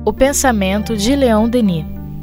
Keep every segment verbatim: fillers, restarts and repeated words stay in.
O pensamento de Leon Denis.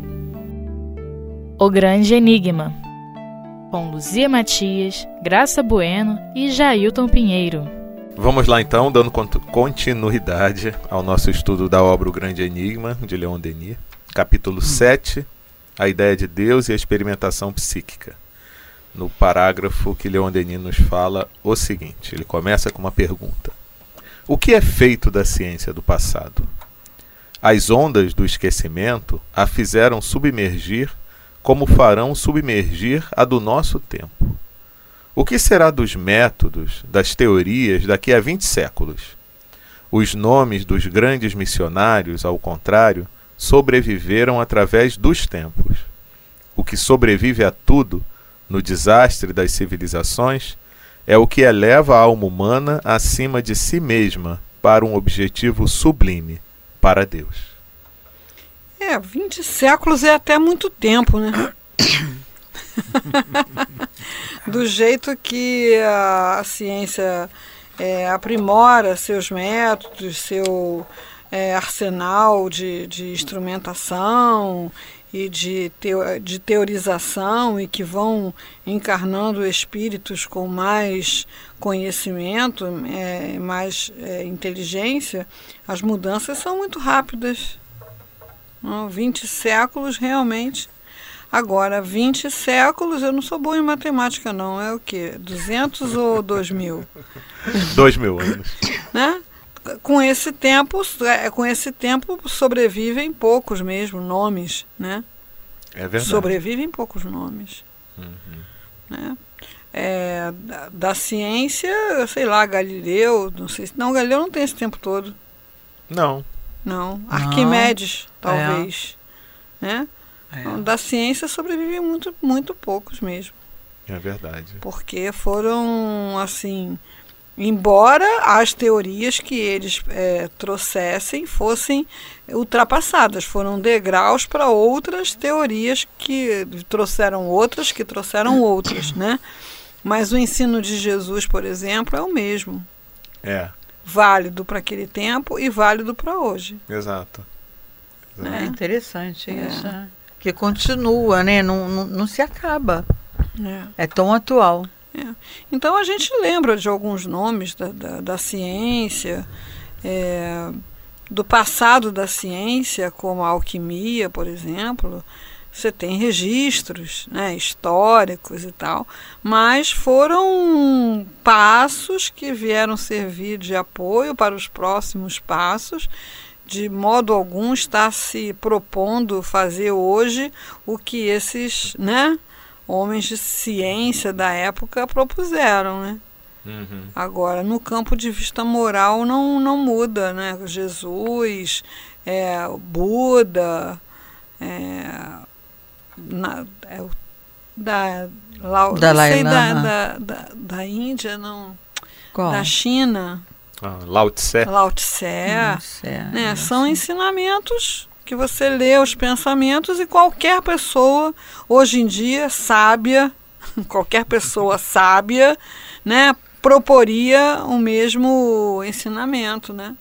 O Grande Enigma, com Luzia Matias, Graça Bueno e Jailton Pinheiro. Vamos lá então, dando continuidade ao nosso estudo da obra O Grande Enigma, de Leon Denis. Capítulo sete, a ideia de Deus e a experimentação psíquica. No parágrafo que Leon Denis nos fala o seguinte, ele começa com uma pergunta. O que é feito da ciência do passado? As ondas do esquecimento a fizeram submergir como farão submergir a do nosso tempo. O que será dos métodos, das teorias daqui a vinte séculos? Os nomes dos grandes missionários, ao contrário, sobreviveram através dos tempos. O que sobrevive a tudo, no desastre das civilizações, é o que eleva a alma humana acima de si mesma para um objetivo sublime, para Deus. É, vinte séculos é até muito tempo, né? Do jeito que a, a ciência é, aprimora seus métodos, seu é, arsenal de, de instrumentação e de, teo, de teorização, e que vão encarnando espíritos com mais conhecimento, é, mais é, inteligência, as mudanças são muito rápidas. Não, vinte séculos realmente. Agora, vinte séculos, eu não sou boa em matemática não, é o quê? duzentos ou dois mil? Dois mil anos. Né? Com esse tempo, com esse tempo sobrevivem poucos mesmo nomes, né? É verdade. Sobrevivem poucos nomes. Uhum. Né? É, da, da ciência, sei lá, Galileu, não sei se... Não, Galileu não tem esse tempo todo. Não. Não. Arquimedes, é. talvez. Né? É. Então, da ciência sobrevivem muito, muito poucos mesmo. É verdade. Porque foram, assim... Embora as teorias que eles é, trouxessem fossem ultrapassadas, foram degraus para outras teorias que trouxeram outras, que trouxeram outras, né? Mas o ensino de Jesus, por exemplo, é o mesmo. É. Válido para aquele tempo e válido para hoje. Exato. Exato. É interessante É. isso, né? Que continua, né? Não, não, não se acaba. É. É tão atual. É. Então a gente lembra de alguns nomes da, da, da ciência, é, do passado da ciência, como a alquimia, por exemplo. Você tem registros, né, históricos e tal, mas foram passos que vieram servir de apoio para os próximos passos. De modo algum está se propondo fazer hoje o que esses, né, homens de ciência da época propuseram, né? Uhum. Agora, no campo de vista moral não, não muda, né? Jesus, é, Buda, é, na, é, da, lá, Dalai não sei, da, Lama. da, da, da Índia, não, Qual? da China, Ah, Lao Tse. Lao Tse, Nossa, é, né? é, São sim. ensinamentos que você lê os pensamentos e qualquer pessoa, hoje em dia, sábia, qualquer pessoa sábia, né, proporia o mesmo ensinamento, né?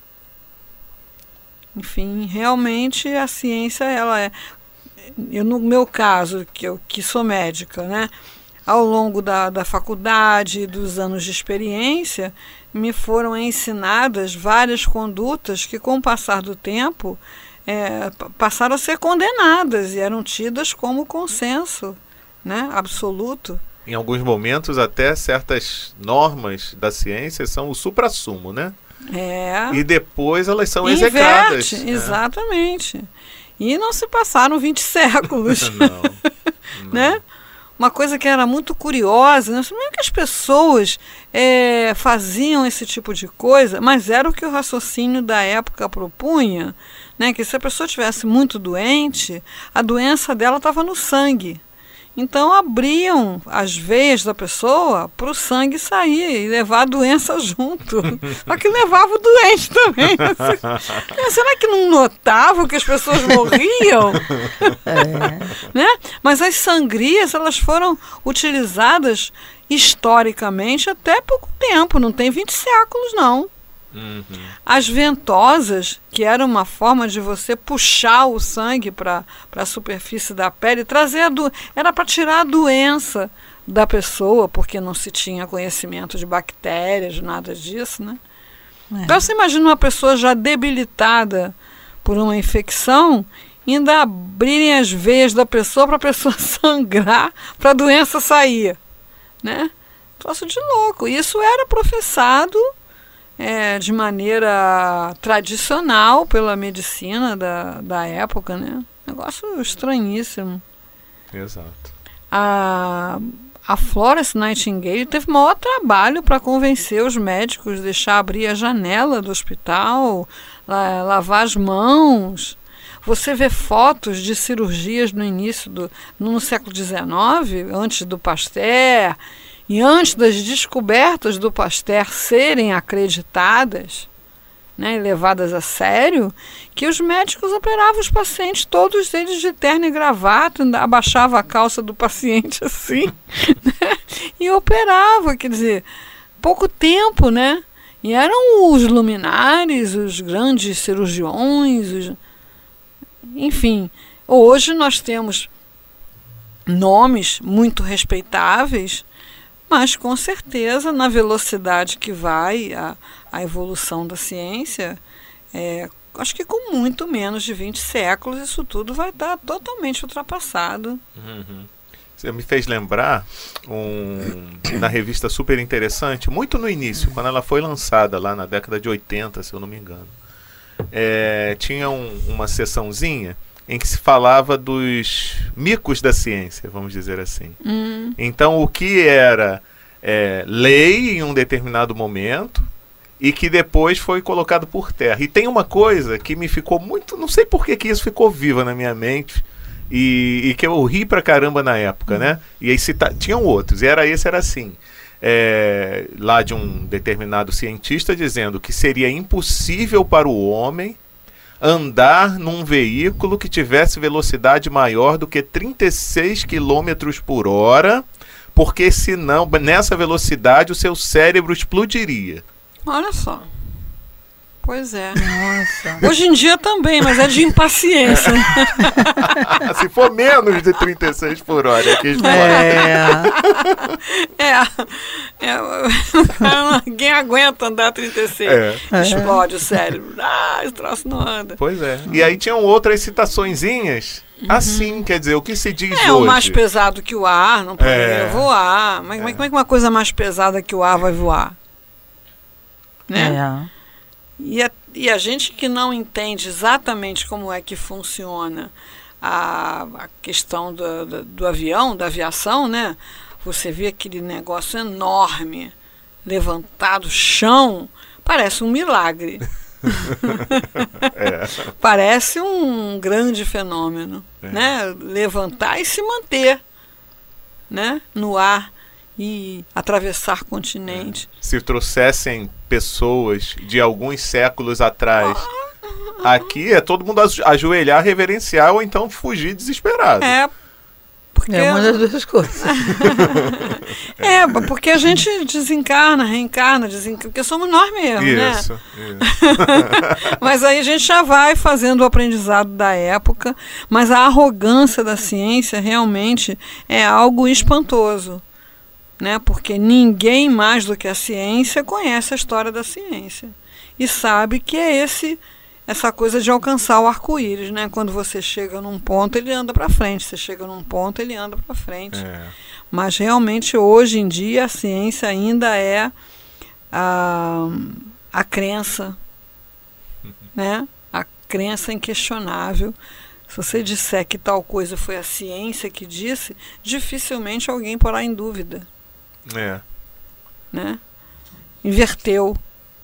Enfim, realmente a ciência, ela é... Eu, no meu caso, que eu que sou médica, né, ao longo da, da faculdade, dos anos de experiência, me foram ensinadas várias condutas que, com o passar do tempo, É, passaram a ser condenadas e eram tidas como consenso, né, absoluto. Em alguns momentos, até certas normas da ciência são o suprassumo, né? É. E depois elas são Inverte, execradas. exatamente. É. E não se passaram vinte séculos. Não, não. Né? Uma coisa que era muito curiosa, né? Como é que as pessoas é, faziam esse tipo de coisa, mas era o que o raciocínio da época propunha, né? Que se a pessoa estivesse muito doente, a doença dela estava no sangue. Então abriam as veias da pessoa para o sangue sair e levar a doença junto. Só que levava o doente também. Será que não notavam que as pessoas morriam? É. Né? Mas as sangrias, elas foram utilizadas historicamente até pouco tempo, não tem vinte séculos não. Uhum. As ventosas, que era uma forma de você puxar o sangue para a superfície da pele e trazer a do... era para tirar a doença da pessoa, porque não se tinha conhecimento de bactérias, nada disso, né? É. Então você imagina uma pessoa já debilitada por uma infecção, ainda abrirem as veias da pessoa para a pessoa sangrar, para a doença sair, né? Troço de louco. Isso era professado É, de maneira tradicional pela medicina da, da época, né? Negócio estranhíssimo. Exato. A, a Florence Nightingale teve maior trabalho para convencer os médicos a deixar abrir a janela do hospital, la, lavar as mãos. Você vê fotos de cirurgias no início do no século dezenove, antes do Pasteur, e antes das descobertas do Pasteur serem acreditadas, né, e levadas a sério, que os médicos operavam os pacientes, todos eles de terno e gravata, abaixava a calça do paciente assim, né, e operava, quer dizer, pouco tempo, né? E eram os luminares, os grandes cirurgiões, os... enfim. Hoje nós temos nomes muito respeitáveis, mas, com certeza, na velocidade que vai a, a evolução da ciência, é, acho que com muito menos de vinte séculos, isso tudo vai estar totalmente ultrapassado. Uhum. Você me fez lembrar, um, na revista super interessante, muito no início, quando ela foi lançada, lá na década de oitenta, se eu não me engano. É, tinha um, uma seçãozinha em que se falava dos micos da ciência, vamos dizer assim. Hum. Então, o que era é, lei em um determinado momento e que depois foi colocado por terra. E tem uma coisa que me ficou muito... Não sei por que, que isso ficou viva na minha mente e, e que eu ri pra caramba na época, hum. né? E aí cita, tinham outros, e era esse, era assim... É, lá de um determinado cientista dizendo que seria impossível para o homem andar num veículo que tivesse velocidade maior do que trinta e seis quilômetros por hora, porque senão, nessa velocidade, o seu cérebro explodiria. Olha só. Pois é. Nossa. Hoje em dia também, mas é de impaciência. Se for menos de trinta e seis por hora, é que explode. É. é, é ninguém aguenta andar trinta e seis. É. Explode o cérebro. Ah, esse troço não anda. Pois é. E aí tinham outras citaçõezinhas assim, quer dizer, o que se diz é, hoje. É o mais pesado que o ar, não poderia É. voar. Mas É. como é que uma coisa mais pesada que o ar vai voar? Né? É. E a, e a gente que não entende exatamente como é que funciona a, a questão do, do, do avião, da aviação, né? Você vê aquele negócio enorme, levantado, chão, parece um milagre. É. Parece um grande fenômeno, É. né? Levantar e se manter, né? No ar e atravessar continente. Se trouxessem pessoas de alguns séculos atrás aqui, é todo mundo ajo- ajoelhar, reverenciar ou então fugir desesperado. É, porque É uma das duas coisas. é, porque a gente desencarna, reencarna, desencarna, porque somos nós mesmos, né? Isso, isso. Mas aí a gente já vai fazendo o aprendizado da época, mas a arrogância da ciência realmente é algo espantoso, né? Porque ninguém mais do que a ciência conhece a história da ciência e sabe que é esse essa coisa de alcançar o arco-íris, né? Quando você chega num ponto, ele anda para frente, você chega num ponto, ele anda para frente. É. Mas realmente hoje em dia a ciência ainda é a, a crença, né? A crença inquestionável. Se você disser que tal coisa foi a ciência que disse, dificilmente alguém porá em dúvida, É. né? Inverteu.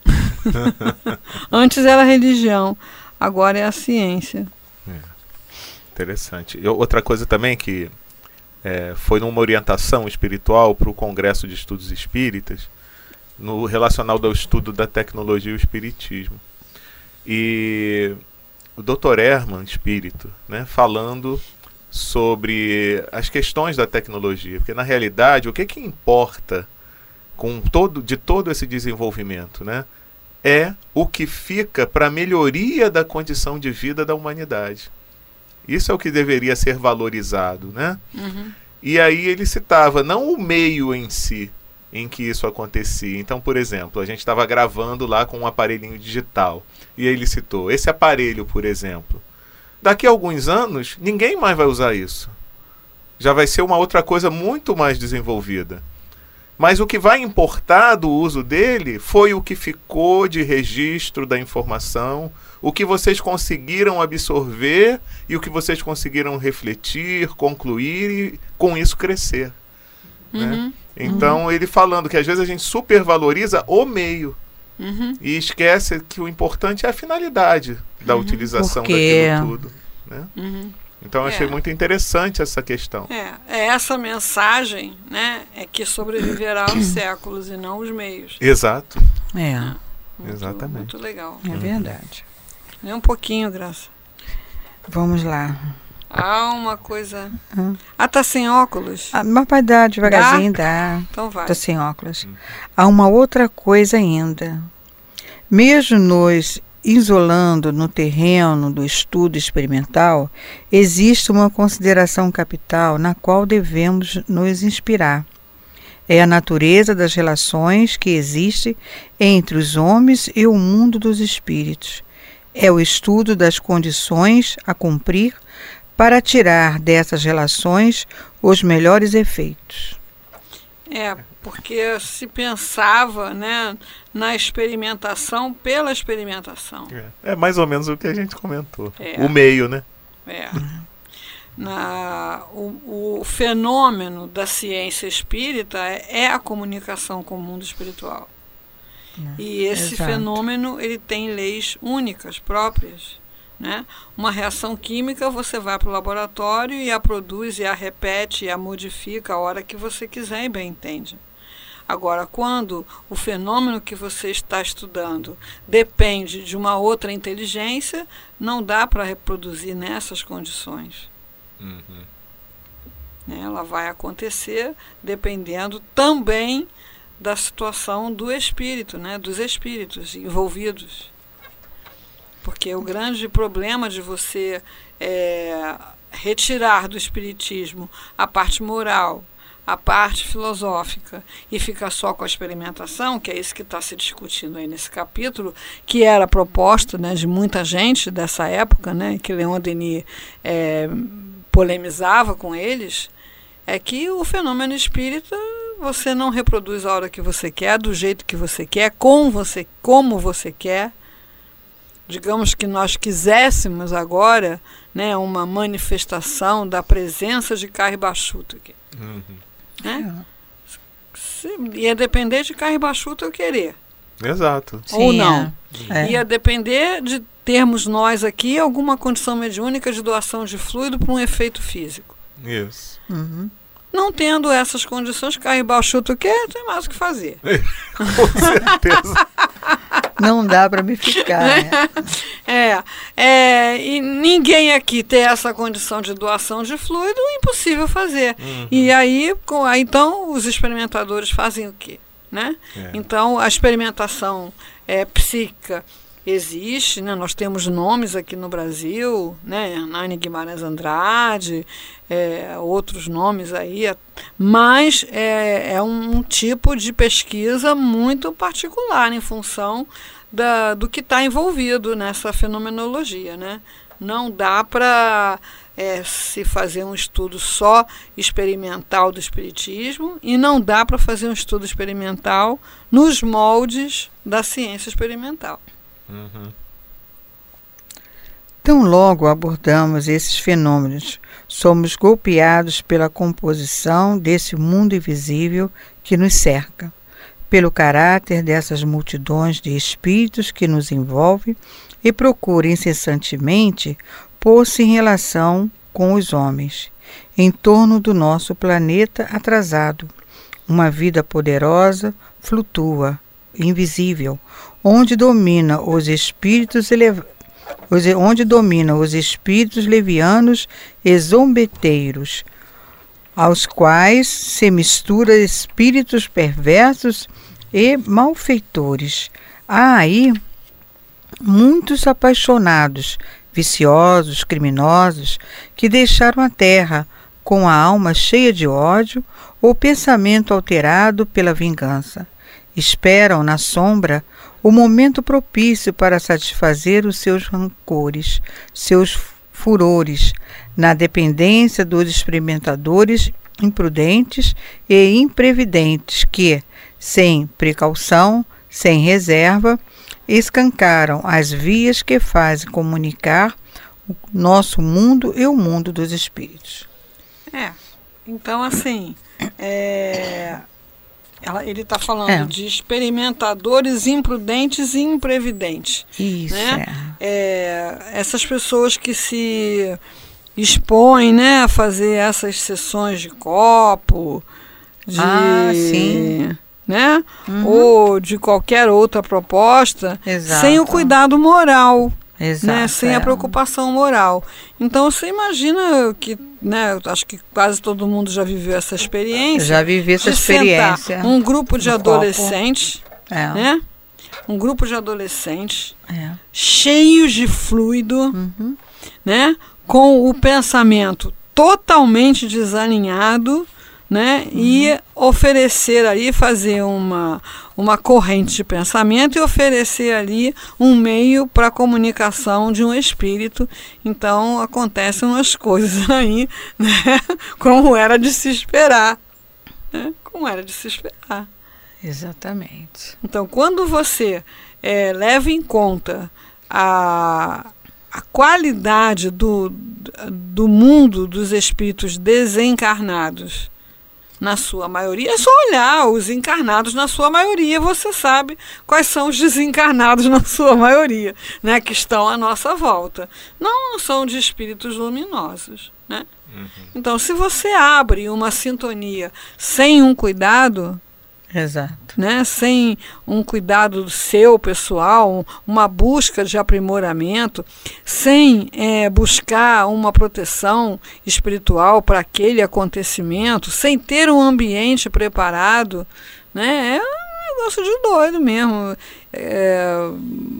Antes era a religião, agora é a ciência. Interessante. E outra coisa também que é, foi numa orientação espiritual para o Congresso de Estudos Espíritas, no relacionado ao estudo da tecnologia e o espiritismo. E o doutor Herman, espírito, né, falando sobre as questões da tecnologia, porque na realidade o que, que importa com todo, de todo esse desenvolvimento, né, é o que fica para a melhoria da condição de vida da humanidade. Isso é o que deveria ser valorizado, né? Uhum. E aí ele citava, não o meio em si em que isso acontecia. Então, por exemplo, a gente estava gravando lá com um aparelhinho digital. E aí ele citou, esse aparelho, por exemplo, daqui a alguns anos, ninguém mais vai usar isso. Já vai ser uma outra coisa muito mais desenvolvida. Mas o que vai importar do uso dele foi o que ficou de registro da informação, o que vocês conseguiram absorver e o que vocês conseguiram refletir, concluir e com isso crescer. Uhum. Né? Então uhum. ele falando que às vezes a gente supervaloriza o meio uhum. e esquece que o importante é a finalidade da uhum. utilização Porque... daquilo tudo. Né? Uhum. Então eu achei é. muito interessante essa questão. É, é essa mensagem, né, é que sobreviverá aos séculos e não os meios. Exato. É. é muito, Exatamente. Muito legal. É verdade. Nem um pouquinho, Graça. Vamos lá. Ah, uma coisa... Hum. Ah, tá sem óculos? Ah, mas vai dar devagarzinho, dá. dá. Então vai. Tá sem óculos. Hum. Há uma outra coisa ainda. Mesmo nos isolando no terreno do estudo experimental, existe uma consideração capital na qual devemos nos inspirar. É a natureza das relações que existe entre os homens e o mundo dos espíritos. É o estudo das condições a cumprir para tirar dessas relações os melhores efeitos. É, porque se pensava, né, na experimentação pela experimentação. É, é mais ou menos o que a gente comentou. É. O meio, né? É. Na, o, o fenômeno da ciência espírita é, é a comunicação com o mundo espiritual. É, e esse exato. Fenômeno ele tem leis únicas, próprias. Né? Uma reação química você vai para o laboratório e a produz e a repete e a modifica a hora que você quiser e bem entende. Agora, quando o fenômeno que você está estudando depende de uma outra inteligência, não dá para reproduzir nessas condições. Uhum. Né? Ela vai acontecer dependendo também da situação do espírito, né? Dos espíritos envolvidos. Porque o grande problema de você é, retirar do espiritismo a parte moral, a parte filosófica e ficar só com a experimentação, que é isso que está se discutindo aí nesse capítulo, que era a proposta, né, de muita gente dessa época, né, que Leon Denis é, polemizava com eles, é que o fenômeno espírita você não reproduz a hora que você quer, do jeito que você quer, com você, como você quer. Digamos que nós quiséssemos agora, né, uma manifestação da presença de Carre Bachuto aqui. Uhum. Né? Se, ia depender de Carre Bachuto eu querer. Exato. Ou Sim, não. É. Ia depender de termos nós aqui alguma condição mediúnica de doação de fluido para um efeito físico. Isso. Uhum. Não tendo essas condições, Carre Bachuto quer, tem mais o que fazer. Com certeza. Não dá para me ficar, né? É, é, e ninguém aqui tem essa condição de doação de fluido, impossível fazer. Uhum. E aí, com, aí, então, os experimentadores fazem o quê? Né? É. Então, a experimentação é, psíquica existe, né? Nós temos nomes aqui no Brasil, né? Hernani Guimarães Andrade, é, outros nomes aí, mas é, é um tipo de pesquisa muito particular em função da, do que está envolvido nessa fenomenologia, né? Não dá para é, se fazer um estudo só experimental do espiritismo e não dá para fazer um estudo experimental nos moldes da ciência experimental. Uhum. Tão logo abordamos esses fenômenos, somos golpeados pela composição desse mundo invisível que nos cerca, pelo caráter dessas multidões de espíritos que nos envolve e procura incessantemente pôr-se em relação com os homens, em torno do nosso planeta atrasado. Uma vida poderosa flutua, invisível, onde domina os espíritos elevados, onde dominam os espíritos levianos e zombeteiros, aos quais se misturam espíritos perversos e malfeitores, Há aí muitos apaixonados, viciosos, criminosos, que deixaram a terra com a alma cheia de ódio ou pensamento alterado pela vingança. Esperam na sombra o momento propício para satisfazer os seus rancores, seus furores, na dependência dos experimentadores imprudentes e imprevidentes que, sem precaução, sem reserva, escancaram as vias que fazem comunicar o nosso mundo e o mundo dos espíritos. É, então assim, é, ela, ele está falando é. de experimentadores imprudentes e imprevidentes. Isso, né? é. É, essas pessoas que se expõem, né, a fazer essas sessões de copo, de... Ah, sim. né? Uhum. Ou de qualquer outra proposta, Exato. sem o cuidado moral, Exato, né? Sem é. a preocupação moral. Então você imagina que, né, eu acho que quase todo mundo já viveu essa experiência. Já vivi essa de experiência. sentar um grupo de Um adolescentes, É. né? Um grupo de adolescentes É. cheios de fluido, Uhum. né? Com o pensamento totalmente desalinhado, né? Uhum. E oferecer ali, fazer uma, uma corrente de pensamento e oferecer ali um meio para a comunicação de um espírito. Então acontecem umas coisas aí, né? Como era de se esperar, né? Como era de se esperar. Exatamente. Então, quando você é, leva em conta a, a qualidade do, do mundo dos espíritos desencarnados, na sua maioria, é só olhar os encarnados na sua maioria, você sabe quais são os desencarnados na sua maioria, né, que estão à nossa volta. Não são de espíritos luminosos, né? Uhum. Então, se você abre uma sintonia sem um cuidado, Exato. né, sem um cuidado seu pessoal, uma busca de aprimoramento, sem é, buscar uma proteção espiritual para aquele acontecimento, sem ter um ambiente preparado, né, é um negócio de doido mesmo. É,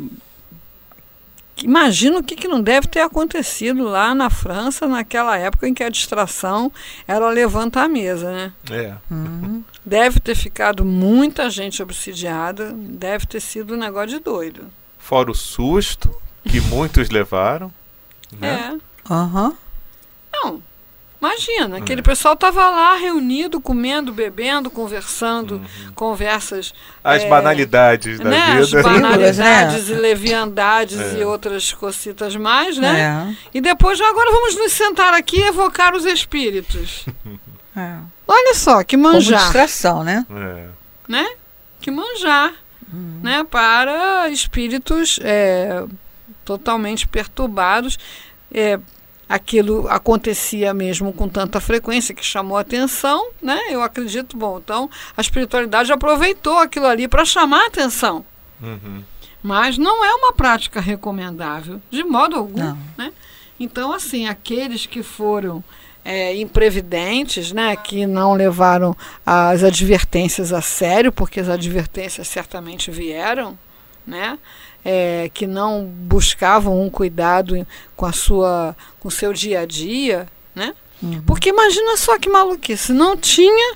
imagina o que, que não deve ter acontecido lá na França, naquela época em que a distração era levantar a mesa, né? É. Uhum. Deve ter ficado muita gente obsidiada, deve ter sido um negócio de doido. Fora o susto que muitos levaram, né? É. Uhum. Não, imagina, aquele pessoal estava lá reunido, comendo, bebendo, conversando, Uhum. conversas... As é, banalidades da né, as vida. banalidades né? e leviandades É. e outras cocitas mais, né? É. E depois, agora vamos nos sentar aqui e evocar os espíritos. É. Olha só, que Como manjar. distração, né? É. Né? Que manjar, Hum. né? Para espíritos é, totalmente perturbados. É, aquilo acontecia mesmo com tanta frequência que chamou a atenção, né? Eu acredito, bom, então a espiritualidade aproveitou aquilo ali para chamar a atenção. Uhum. Mas não é uma prática recomendável, de modo algum, Não. né? Então, assim, aqueles que foram é, imprevidentes, né, que não levaram as advertências a sério, porque as advertências certamente vieram, né, é, que não buscavam um cuidado com a sua, com o seu dia a dia, né? Uhum. Porque imagina só que maluquice, não tinha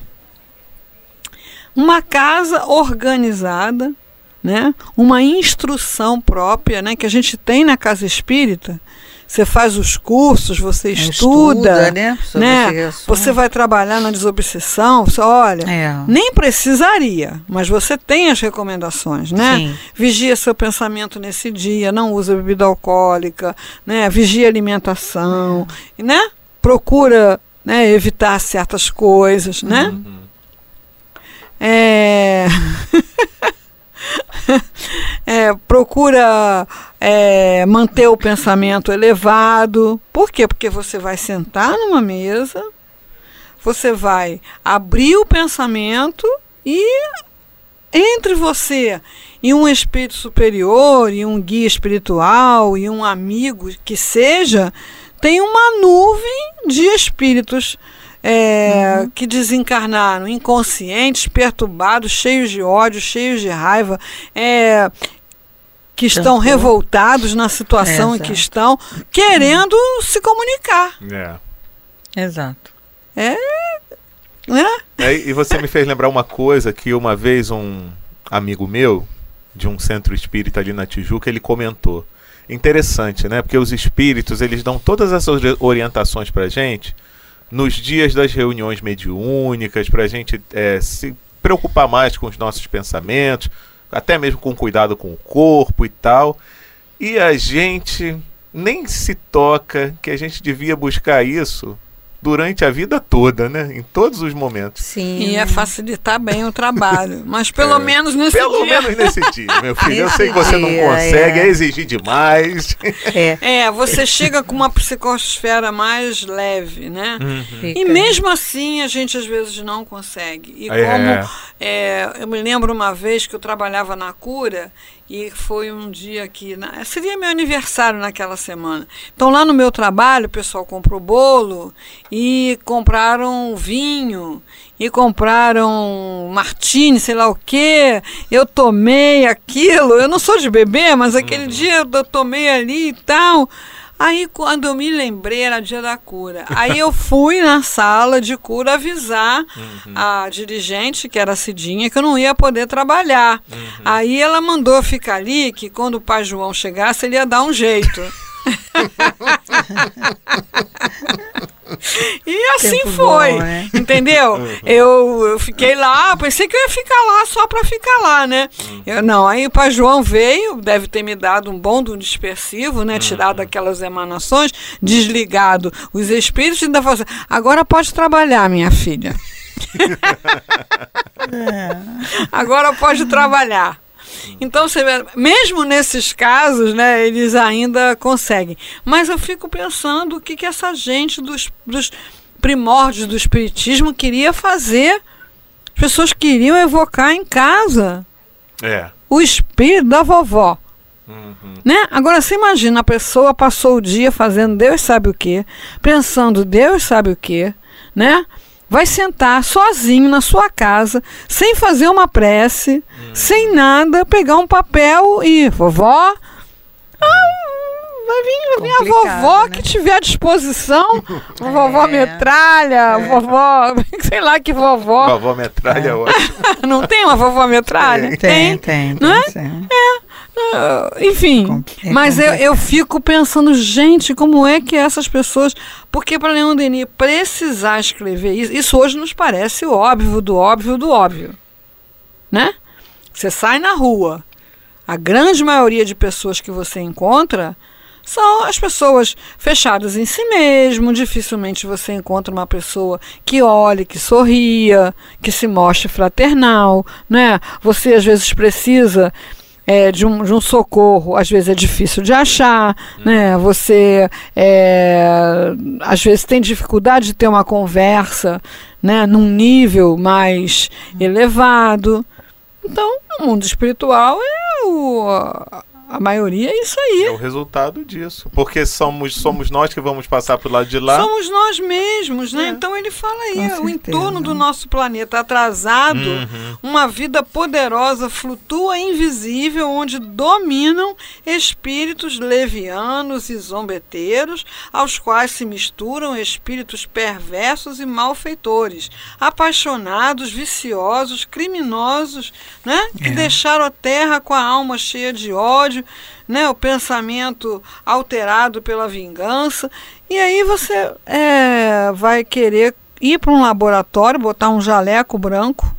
uma casa organizada, né, uma instrução própria, né, que a gente tem na casa espírita. Você faz os cursos, você estuda, Estuda, né? Sobre né? esse assunto. Você vai trabalhar na desobsessão, você, olha, É. nem precisaria, mas você tem as recomendações, né? Sim. Vigia seu pensamento nesse dia, não usa bebida alcoólica, né? Vigia a alimentação, É. né? Procura, né, evitar certas coisas, né? Uhum. É... é, procura é, manter o pensamento elevado. Por quê? Porque você vai sentar numa mesa, você vai abrir o pensamento e entre você e um espírito superior, e um guia espiritual, e um amigo que seja, tem uma nuvem de espíritos É, uhum. que desencarnaram, inconscientes, perturbados, cheios de ódio, cheios de raiva, é, que estão Tanto. revoltados na situação em que estão, querendo se comunicar. É. Exato. É, né? É, e você me fez lembrar uma coisa que uma vez um amigo meu, de um centro espírita ali na Tijuca, ele comentou. Interessante, né? Porque os espíritos, eles dão todas essas orientações pra gente nos dias das reuniões mediúnicas, pra gente é, se preocupar mais com os nossos pensamentos, até mesmo com cuidado com o corpo e tal. E a gente nem se toca que a gente devia buscar isso durante a vida toda, né? Em todos os momentos. Sim. E ia facilitar bem o trabalho. Mas pelo É, menos nesse Pelo dia. menos nesse dia, meu filho. Eu Nesse sei que você não dia, consegue, é, é. exigir demais. É. É, você chega com uma psicosfera mais leve, né? E Fica. mesmo assim a gente às vezes não consegue. E É. como é, eu me lembro uma vez que eu trabalhava na cura e foi um dia que na, seria meu aniversário naquela semana. Então lá no meu trabalho o pessoal comprou bolo e compraram vinho e compraram martini, sei lá o quê. Eu tomei aquilo. Eu não sou de beber, mas aquele dia eu tomei ali e tal. Aí, quando eu me lembrei, era dia da cura. Aí eu fui na sala de cura avisar Uhum. a dirigente, que era a Cidinha, que eu não ia poder trabalhar. Uhum. Aí ela mandou eu ficar ali, que quando o pai João chegasse, ele ia dar um jeito. E assim Tempo foi, bom, né? entendeu? Eu, eu fiquei lá, pensei que eu ia ficar lá só para ficar lá, né? Eu, não, aí o pai João veio, deve ter me dado um bom do dispersivo, né? Tirado aquelas emanações, desligado os espíritos e ainda falou assim, agora pode trabalhar, minha filha. Agora pode trabalhar. Então, você vê, mesmo nesses casos, né, eles ainda conseguem. Mas eu fico pensando o que, que essa gente dos, dos primórdios do espiritismo queria fazer. As pessoas queriam evocar em casa É. o espírito da vovó. Uhum. Né? Agora, você imagina, a pessoa passou o dia fazendo Deus sabe o quê, pensando Deus sabe o quê, né? Vai sentar sozinho na sua casa, sem fazer uma prece, Hum. sem nada, pegar um papel e, vovó, ah, vai vir, vai vir a Complicado, vovó né? que tiver à disposição, a vovó É. metralha, É. vovó, sei lá que vovó, Vovó metralha é ótimo. não tem uma vovó metralha? Tem, tem. Não é? Tem. Ah, enfim, Com- é mas eu, complicado. eu fico pensando, gente, como é que essas pessoas... Porque para Leon Denis precisar escrever isso, isso hoje nos parece o óbvio do óbvio do óbvio, né? Você sai na rua, a grande maioria de pessoas que você encontra são as pessoas fechadas em si mesmo, dificilmente você encontra uma pessoa que olhe, que sorria, que se mostre fraternal, né? Você às vezes precisa... É, de, um, de um socorro, às vezes é difícil de achar, né? Você é, às vezes tem dificuldade de ter uma conversa, né? Num nível mais elevado. Então, o mundo espiritual é o, a, a maioria é isso aí. É o resultado disso. Porque somos, somos nós que vamos passar pro lado de lá. Somos nós mesmos, né? É. Então ele fala aí, Com o certeza. entorno do nosso planeta atrasado, Uhum. uma vida poderosa flutua invisível, onde dominam espíritos levianos e zombeteiros, aos quais se misturam espíritos perversos e malfeitores, apaixonados, viciosos, criminosos, né? Que É. deixaram a terra com a alma cheia de ódio, né, o pensamento alterado pela vingança, e aí você é, vai querer ir para um laboratório, botar um jaleco branco,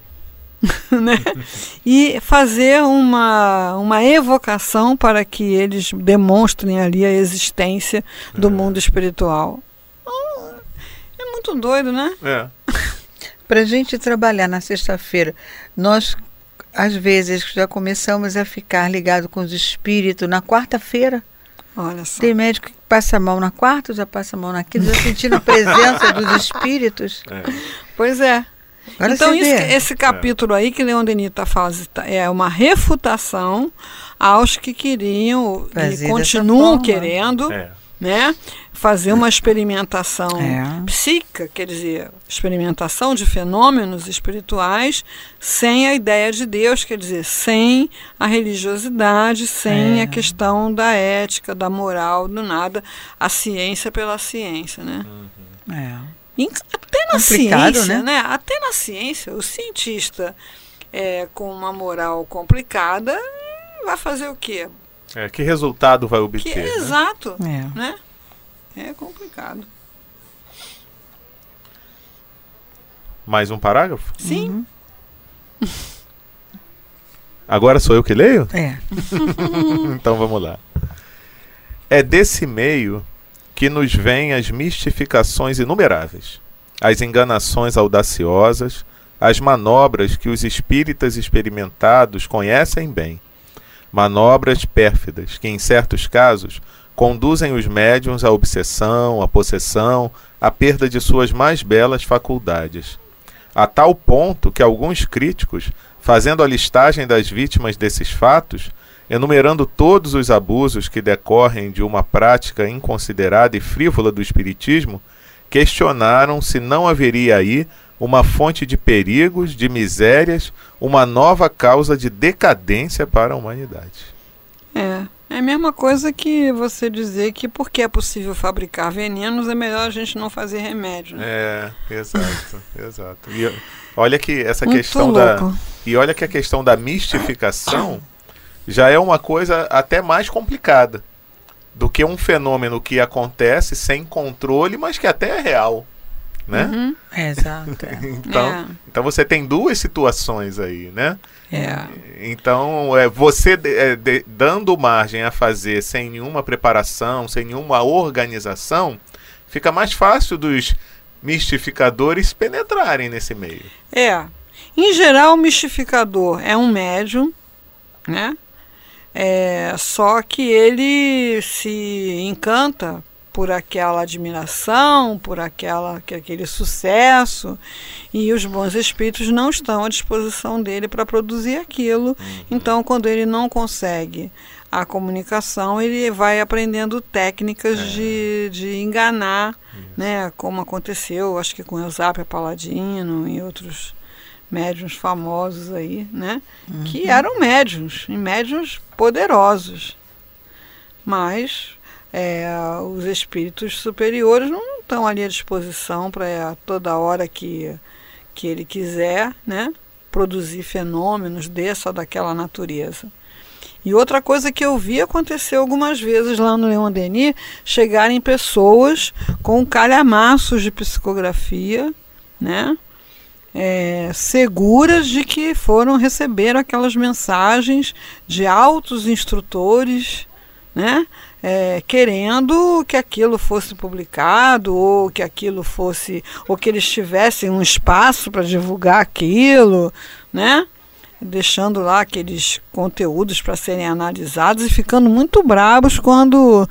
né, e fazer uma, uma evocação para que eles demonstrem ali a existência do mundo espiritual. Então, é muito doido, né? É. Para a gente trabalhar na sexta-feira, nós às vezes já começamos a ficar ligado com os espíritos na quarta-feira. Olha só. Tem médico que passa mal na quarta, já passa mal na quinta, já sentindo a presença dos espíritos. É. Pois é. Agora Então, você isso, vê. esse capítulo aí que Leon Denis está fazendo é uma refutação aos que queriam Fazer e dessa continuam forma. querendo, É. né? Fazer uma experimentação É. psíquica, quer dizer, experimentação de fenômenos espirituais sem a ideia de Deus, quer dizer, sem a religiosidade, sem É. a questão da ética, da moral, do nada, a ciência pela ciência, né? É. E até na Complicado, ciência, né? né? Até na ciência, o cientista é, com uma moral complicada vai fazer o quê? É, que resultado vai Que, obter? né? exato, É. né? É complicado. Mais um parágrafo? Sim. Uhum. Agora sou eu que leio? É. Então vamos lá. É desse meio que nos vêm as mistificações inumeráveis, as enganações audaciosas, as manobras que os espíritas experimentados conhecem bem, manobras pérfidas que, em certos casos, conduzem os médiuns à obsessão, à possessão, à perda de suas mais belas faculdades, a tal ponto que alguns críticos, fazendo a listagem das vítimas desses fatos, enumerando todos os abusos que decorrem de uma prática inconsiderada e frívola do espiritismo, questionaram se não haveria aí uma fonte de perigos, de misérias, uma nova causa de decadência para a humanidade. É. É a mesma coisa que você dizer que porque é possível fabricar venenos, é melhor a gente não fazer remédio, né? É, exato, exato. E olha que essa Muito questão da louco. e olha que a questão da mistificação já é uma coisa até mais complicada do que um fenômeno que acontece sem controle, mas que até é real, né? Uhum. É, exato. É. Então, É. então você tem duas situações aí, né? É. Então, é, você de- é, de- dando margem a fazer sem nenhuma preparação, sem nenhuma organização, fica mais fácil dos mistificadores penetrarem nesse meio. É. Em geral, o mistificador é um médium, né? É, só que ele se encanta por aquela admiração, por aquela, que- aquele sucesso, e os bons espíritos não estão à disposição dele para produzir aquilo. Então, quando ele não consegue a comunicação, ele vai aprendendo técnicas de, de enganar, né? Como aconteceu, acho que com Eusápia Paladino e outros médiuns famosos aí, né? Que eram médiuns, e médiuns poderosos. Mas é, os espíritos superiores não estão ali à disposição para toda hora que, que ele quiser, né? Produzir fenômenos dessa ou daquela natureza. E outra coisa que eu vi acontecer algumas vezes lá no Leon Denis, chegarem pessoas com calhamaços de psicografia, né? É, seguras de que foram receber aquelas mensagens de altos instrutores, né? É, querendo que aquilo fosse publicado, ou que aquilo fosse, ou que eles tivessem um espaço para divulgar aquilo, né? Deixando lá aqueles conteúdos para serem analisados e ficando muito bravos quando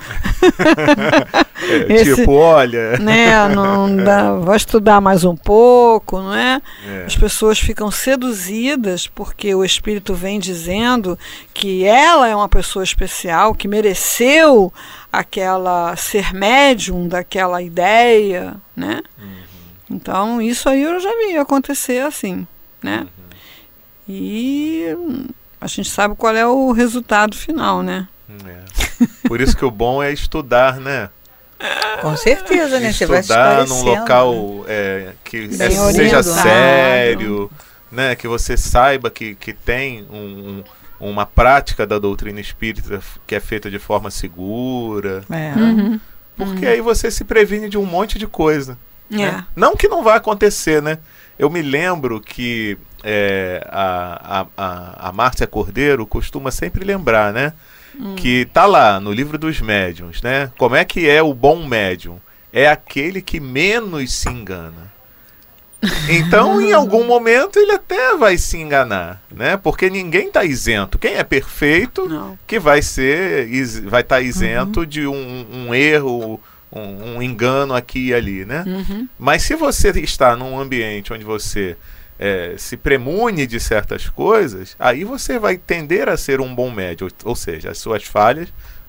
É, Esse- tipo, olha. né, não dá, vai estudar mais um pouco, não é? É. As pessoas ficam seduzidas porque o espírito vem dizendo que ela é uma pessoa especial, que mereceu aquela ser médium daquela ideia, né? Então, isso aí eu já vi acontecer assim, né? E hum, a gente sabe qual é o resultado final, né? É. Por isso que o bom é estudar, né? Com certeza, né? Você vai Estudar num esclarecendo, né? local é, que Bem seja orientado. sério, né? Que você saiba que, que tem um, um- uma prática da doutrina espírita que é feita de forma segura. É. Uhum. Porque aí você se previne de um monte de coisa. É. né? Não que não vai acontecer, né? Eu me lembro que é, a, a, a, a Márcia Cordeiro costuma sempre lembrar, né? Que tá lá no livro dos médiuns, né? Como é que é o bom médium? É aquele que menos se engana. Então, em algum momento, ele até vai se enganar, né? Porque ninguém está isento. Quem é perfeito Não. que vai ser, is- vai estar isento de um, um erro, um, um engano aqui e ali, né? Uhum. Mas se você está num ambiente onde você é, se premune de certas coisas, aí você vai tender a ser um bom médium. Ou seja, as suas falhas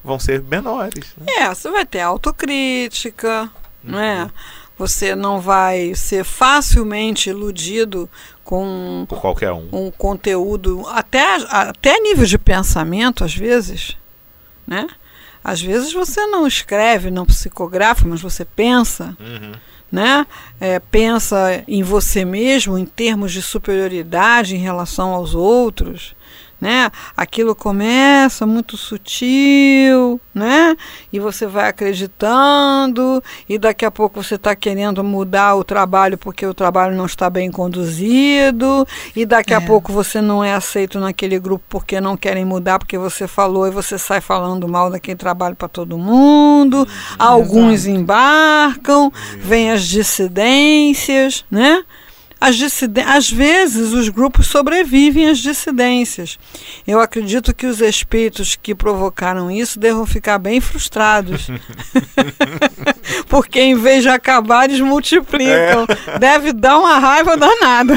vão ser menores. Né? É, você vai ter autocrítica, Uhum. não é? Você não vai ser facilmente iludido com Por qualquer um. um conteúdo, até, até nível de pensamento, às vezes, né? Às vezes você não escreve, não psicografa, mas você pensa, Uhum. né? É, pensa em você mesmo em termos de superioridade em relação aos outros, né? Aquilo começa muito sutil, né? E você vai acreditando, e daqui a pouco você está querendo mudar o trabalho porque o trabalho não está bem conduzido, e daqui É. a pouco você não é aceito naquele grupo porque não querem mudar, porque você falou, e você sai falando mal daquele trabalho para todo mundo. Alguns embarcam, vêm as dissidências, né? As dissiden- Às vezes os grupos sobrevivem às dissidências. Eu acredito que os espíritos que provocaram isso devam ficar bem frustrados. Porque em vez de acabar, eles multiplicam. É. Deve dar uma raiva danada.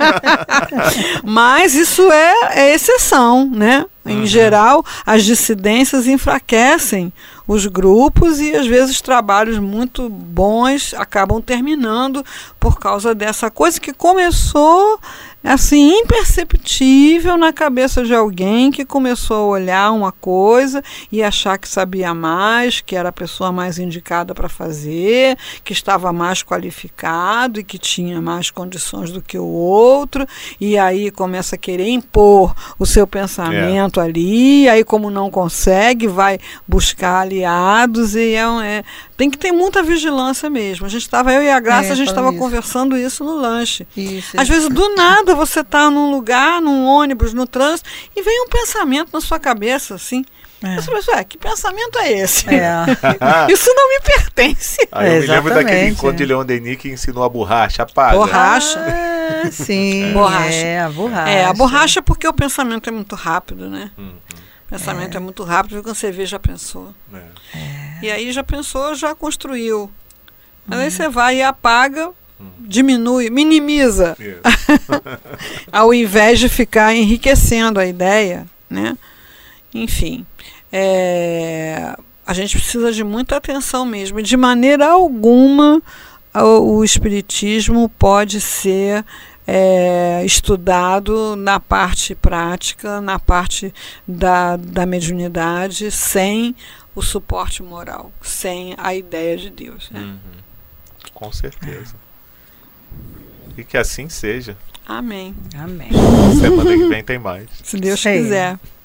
Mas isso é, é exceção, né? Em uhum. geral, as dissidências enfraquecem os grupos e às vezes trabalhos muito bons acabam terminando por causa dessa coisa que começou assim imperceptível na cabeça de alguém que começou a olhar uma coisa e achar que sabia mais, que era a pessoa mais indicada para fazer, que estava mais qualificado e que tinha mais condições do que o outro, e aí começa a querer impor o seu pensamento é. ali, aí como não consegue, vai buscar aliados e é, é tem que ter muita vigilância mesmo. A gente estava, eu e a Graça, é, a gente estava conversando isso no lanche. Isso, Às isso. vezes, do nada, você está num lugar, num ônibus, no trânsito, e vem um pensamento na sua cabeça, assim. É. Você pensa, ué, que pensamento é esse? É. Isso não me pertence. Aí eu é, me lembro daquele encontro de Leon Denis que ensinou a borracha, apaga. Borracha. Ah, sim. Borracha. É, a borracha. É, a borracha porque o pensamento é muito rápido, né? Uhum. O pensamento é. é muito rápido, quando você vê, já pensou. É. É. E aí já pensou, já construiu. Mas hum. aí você vai e apaga, hum. diminui, minimiza. Yeah. Ao invés de ficar enriquecendo a ideia, né? Enfim, é, a gente precisa de muita atenção mesmo. De maneira alguma, o, o espiritismo pode ser é, estudado na parte prática, na parte da, da mediunidade, sem o suporte moral, sem a ideia de Deus. Né? Uhum. Com certeza. E que assim seja. Amém. Amém. Semana que vem tem mais. Se Deus Sei. quiser.